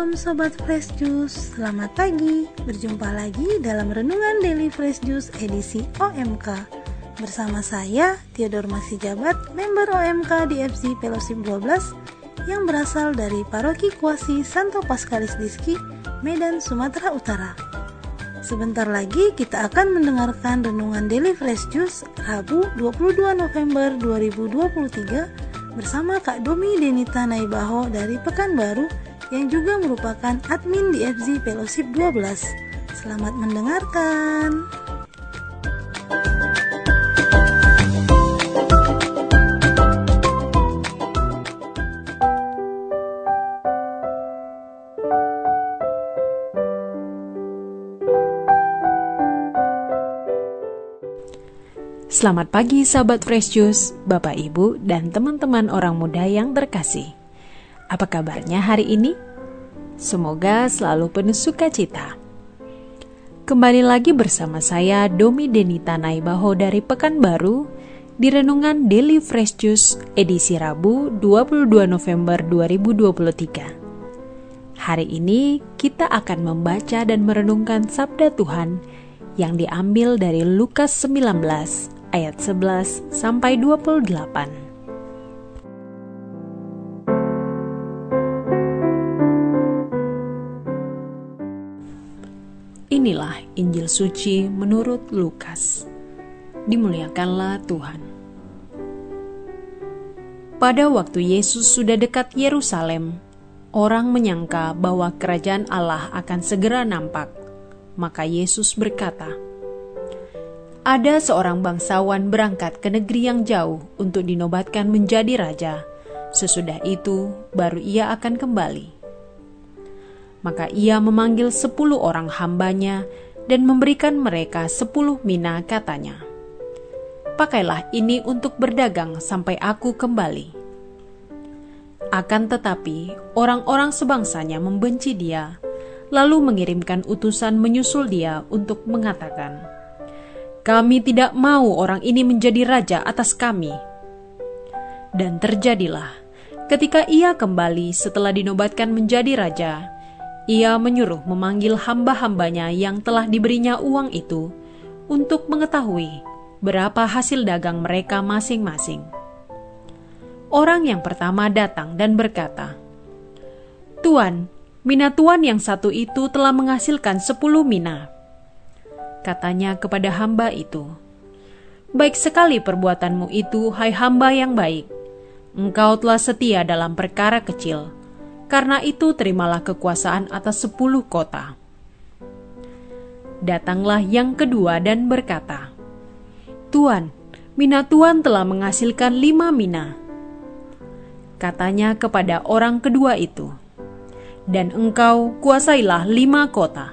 Shalom Sobat Fresh Juice, selamat pagi. Berjumpa lagi dalam Renungan Daily Fresh Juice edisi OMK. Bersama saya, Theodor Masijabat, member OMK di FC Fellowship 12 yang berasal dari Paroki Kuasi Santo Paskalis Diski, Medan, Sumatera Utara. Sebentar lagi kita akan mendengarkan Renungan Daily Fresh Juice Rabu 22 November 2023 bersama Kak Domi Denita Naibaho dari Pekanbaru yang juga merupakan admin di FC Fellowship 12. Selamat mendengarkan. Selamat pagi sahabat Fresh Juice, Bapak Ibu dan teman-teman orang muda yang terkasih. Apa kabarnya hari ini? Semoga selalu penuh sukacita. Kembali lagi bersama saya Domi Denita Naibaho dari Pekanbaru di Renungan Daily Fresh Juice edisi Rabu 22 November 2023. Hari ini kita akan membaca dan merenungkan sabda Tuhan yang diambil dari Lukas 19 ayat 11 sampai 28. Inilah Injil suci menurut Lukas. Dimuliakanlah Tuhan. Pada waktu Yesus sudah dekat Yerusalem, orang menyangka bahwa kerajaan Allah akan segera nampak. Maka Yesus berkata, "Ada seorang bangsawan berangkat ke negeri yang jauh untuk dinobatkan menjadi raja. Sesudah itu, baru ia akan kembali. Maka ia memanggil 10 orang hambanya dan memberikan mereka 10 mina, katanya, 'Pakailah ini untuk berdagang sampai aku kembali.' Akan tetapi, orang-orang sebangsanya membenci dia, lalu mengirimkan utusan menyusul dia untuk mengatakan, 'Kami tidak mau orang ini menjadi raja atas kami.' Dan terjadilah, ketika ia kembali setelah dinobatkan menjadi raja, ia menyuruh memanggil hamba-hambanya yang telah diberinya uang itu untuk mengetahui berapa hasil dagang mereka masing-masing. Orang yang pertama datang dan berkata, 'Tuan, mina tuan yang satu itu telah menghasilkan 10 mina.' Katanya kepada hamba itu, 'Baik sekali perbuatanmu itu, hai hamba yang baik. Engkau telah setia dalam perkara kecil. Karena itu terimalah kekuasaan atas 10 kota.' Datanglah yang kedua dan berkata, 'Tuan, mina tuan telah menghasilkan 5 mina.' Katanya kepada orang kedua itu, 'Dan engkau kuasailah 5 kota.'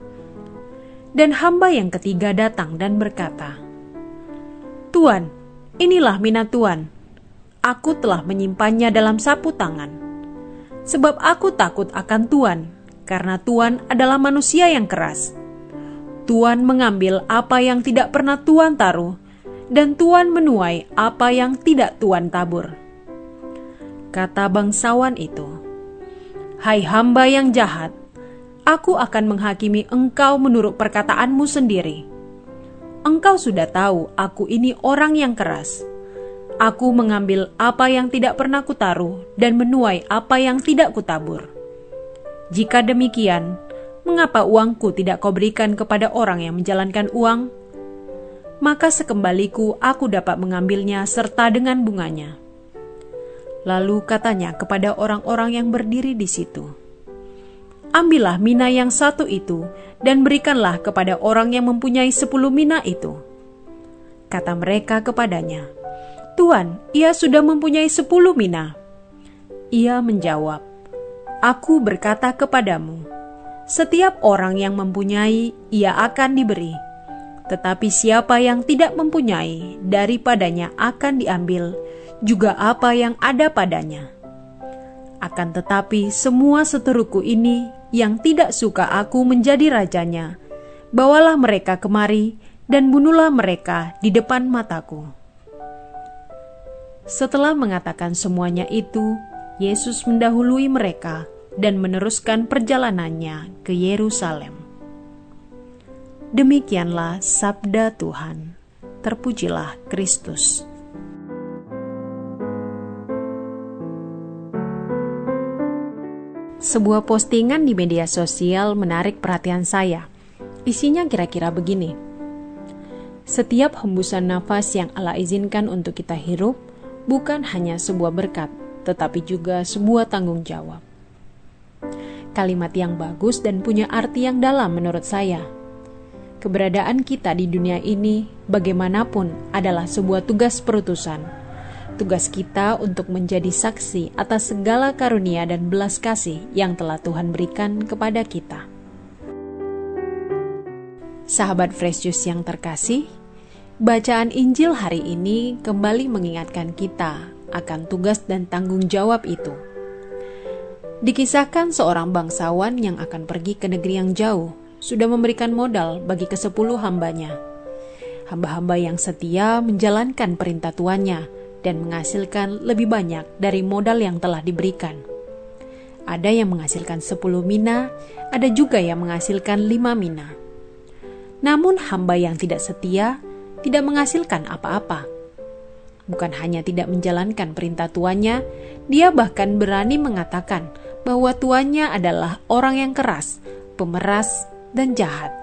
Dan hamba yang ketiga datang dan berkata, 'Tuan, inilah mina tuan. Aku telah menyimpannya dalam sapu tangan. Sebab aku takut akan tuan, karena tuan adalah manusia yang keras. Tuan mengambil apa yang tidak pernah tuan taruh, dan tuan menuai apa yang tidak tuan tabur.' Kata bangsawan itu, 'Hai hamba yang jahat, aku akan menghakimi engkau menurut perkataanmu sendiri. Engkau sudah tahu aku ini orang yang keras. Aku mengambil apa yang tidak pernah kutaruh dan menuai apa yang tidak kutabur. Jika demikian, mengapa uangku tidak kau berikan kepada orang yang menjalankan uang? Maka sekembaliku aku dapat mengambilnya serta dengan bunganya.' Lalu katanya kepada orang-orang yang berdiri di situ, 'Ambillah mina yang satu itu dan berikanlah kepada orang yang mempunyai 10 mina itu.' Kata mereka kepadanya, 'Tuan, ia sudah mempunyai 10 mina.' Ia menjawab, 'Aku berkata kepadamu, setiap orang yang mempunyai, ia akan diberi. Tetapi siapa yang tidak mempunyai, daripadanya akan diambil juga apa yang ada padanya. Akan tetapi semua seteruku ini yang tidak suka aku menjadi rajanya, bawalah mereka kemari dan bunuhlah mereka di depan mataku.' Setelah mengatakan semuanya itu, Yesus mendahului mereka dan meneruskan perjalanannya ke Yerusalem. Demikianlah sabda Tuhan. Terpujilah Kristus. Sebuah postingan di media sosial menarik perhatian saya. Isinya kira-kira begini. Setiap hembusan nafas yang Allah izinkan untuk kita hirup bukan hanya sebuah berkat, tetapi juga sebuah tanggung jawab. Kalimat yang bagus dan punya arti yang dalam menurut saya. Keberadaan kita di dunia ini bagaimanapun adalah sebuah tugas perutusan. Tugas kita untuk menjadi saksi atas segala karunia dan belas kasih yang telah Tuhan berikan kepada kita. Sahabat Fresh Juice yang terkasih, bacaan Injil hari ini kembali mengingatkan kita akan tugas dan tanggung jawab itu. Dikisahkan seorang bangsawan yang akan pergi ke negeri yang jauh, sudah memberikan modal bagi ke-10 hambanya. Hamba-hamba yang setia menjalankan perintah tuannya dan menghasilkan lebih banyak dari modal yang telah diberikan. Ada yang menghasilkan 10 mina, ada juga yang menghasilkan 5 mina. Namun hamba yang tidak setia tidak menghasilkan apa-apa. Bukan hanya tidak menjalankan perintah tuannya, dia bahkan berani mengatakan bahwa tuannya adalah orang yang keras, pemeras, dan jahat.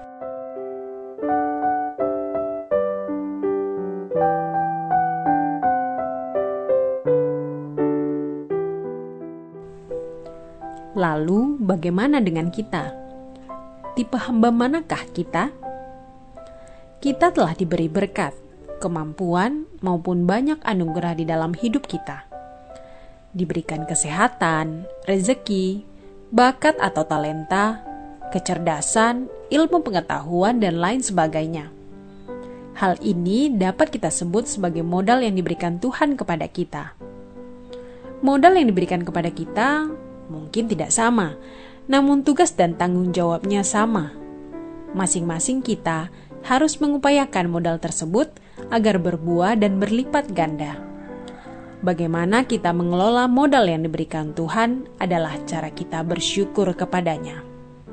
Lalu bagaimana dengan kita? Tipe hamba manakah kita? Kita telah diberi berkat, kemampuan, maupun banyak anugerah di dalam hidup kita. Diberikan kesehatan, rezeki, bakat atau talenta, kecerdasan, ilmu pengetahuan, dan lain sebagainya. Hal ini dapat kita sebut sebagai modal yang diberikan Tuhan kepada kita. Modal yang diberikan kepada kita mungkin tidak sama, namun tugas dan tanggung jawabnya sama. Masing-masing kita harus mengupayakan modal tersebut agar berbuah dan berlipat ganda. Bagaimana kita mengelola modal yang diberikan Tuhan adalah cara kita bersyukur kepadanya.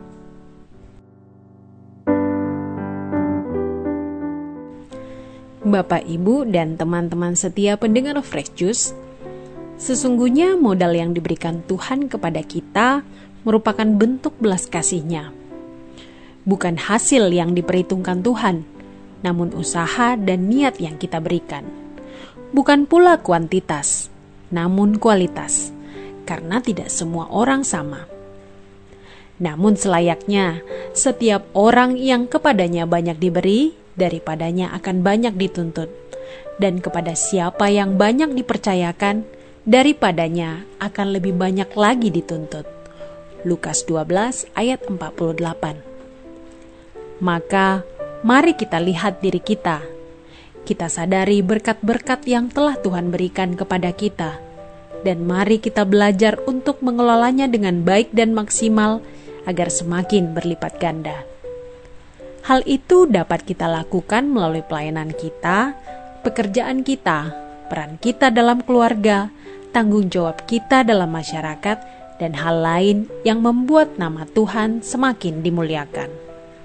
Bapak, Ibu, dan teman-teman setia pendengar Fresh Juice, sesungguhnya modal yang diberikan Tuhan kepada kita merupakan bentuk belas kasih-Nya. Bukan hasil yang diperhitungkan Tuhan, namun usaha dan niat yang kita berikan. Bukan pula kuantitas, namun kualitas, karena tidak semua orang sama. Namun selayaknya, setiap orang yang kepadanya banyak diberi, daripadanya akan banyak dituntut. Dan kepada siapa yang banyak dipercayakan, daripadanya akan lebih banyak lagi dituntut. Lukas 12 ayat 48. Maka, mari kita lihat diri kita. Kita sadari berkat-berkat yang telah Tuhan berikan kepada kita. Dan mari kita belajar untuk mengelolanya dengan baik dan maksimal agar semakin berlipat ganda. Hal itu dapat kita lakukan melalui pelayanan kita, pekerjaan kita, peran kita dalam keluarga, tanggung jawab kita dalam masyarakat, dan hal lain yang membuat nama Tuhan semakin dimuliakan.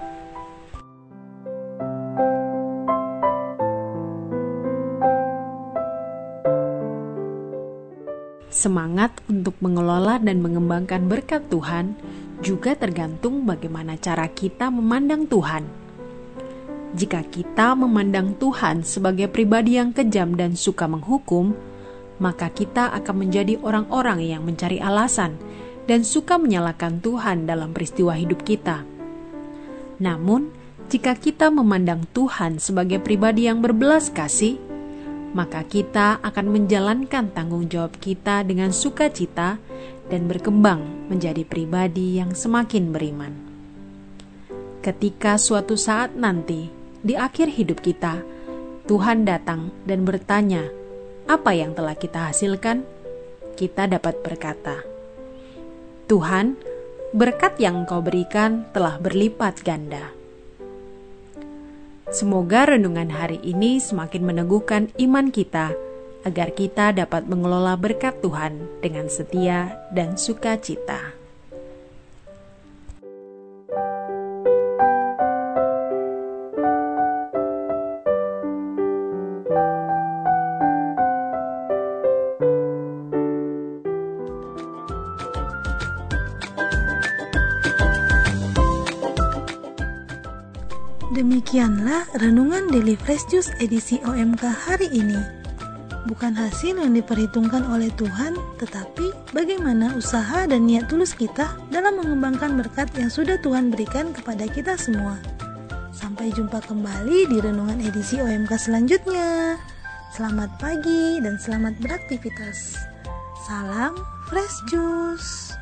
Semangat untuk mengelola dan mengembangkan berkat Tuhan juga tergantung bagaimana cara kita memandang Tuhan. Jika kita memandang Tuhan sebagai pribadi yang kejam dan suka menghukum, maka kita akan menjadi orang-orang yang mencari alasan dan suka menyalahkan Tuhan dalam peristiwa hidup kita. Namun, jika kita memandang Tuhan sebagai pribadi yang berbelas kasih, maka kita akan menjalankan tanggung jawab kita dengan sukacita dan berkembang menjadi pribadi yang semakin beriman. Ketika suatu saat nanti, di akhir hidup kita, Tuhan datang dan bertanya, apa yang telah kita hasilkan? Kita dapat berkata, Tuhan, berkat yang Engkau berikan telah berlipat ganda. Semoga renungan hari ini semakin meneguhkan iman kita agar kita dapat mengelola berkat Tuhan dengan setia dan sukacita. Demikianlah renungan Daily Fresh Juice edisi OMK hari ini. Bukan hasil yang diperhitungkan oleh Tuhan, tetapi bagaimana usaha dan niat tulus kita dalam mengembangkan berkat yang sudah Tuhan berikan kepada kita semua. Sampai jumpa kembali di renungan edisi OMK selanjutnya. Selamat pagi dan selamat beraktivitas. Salam Fresh Juice.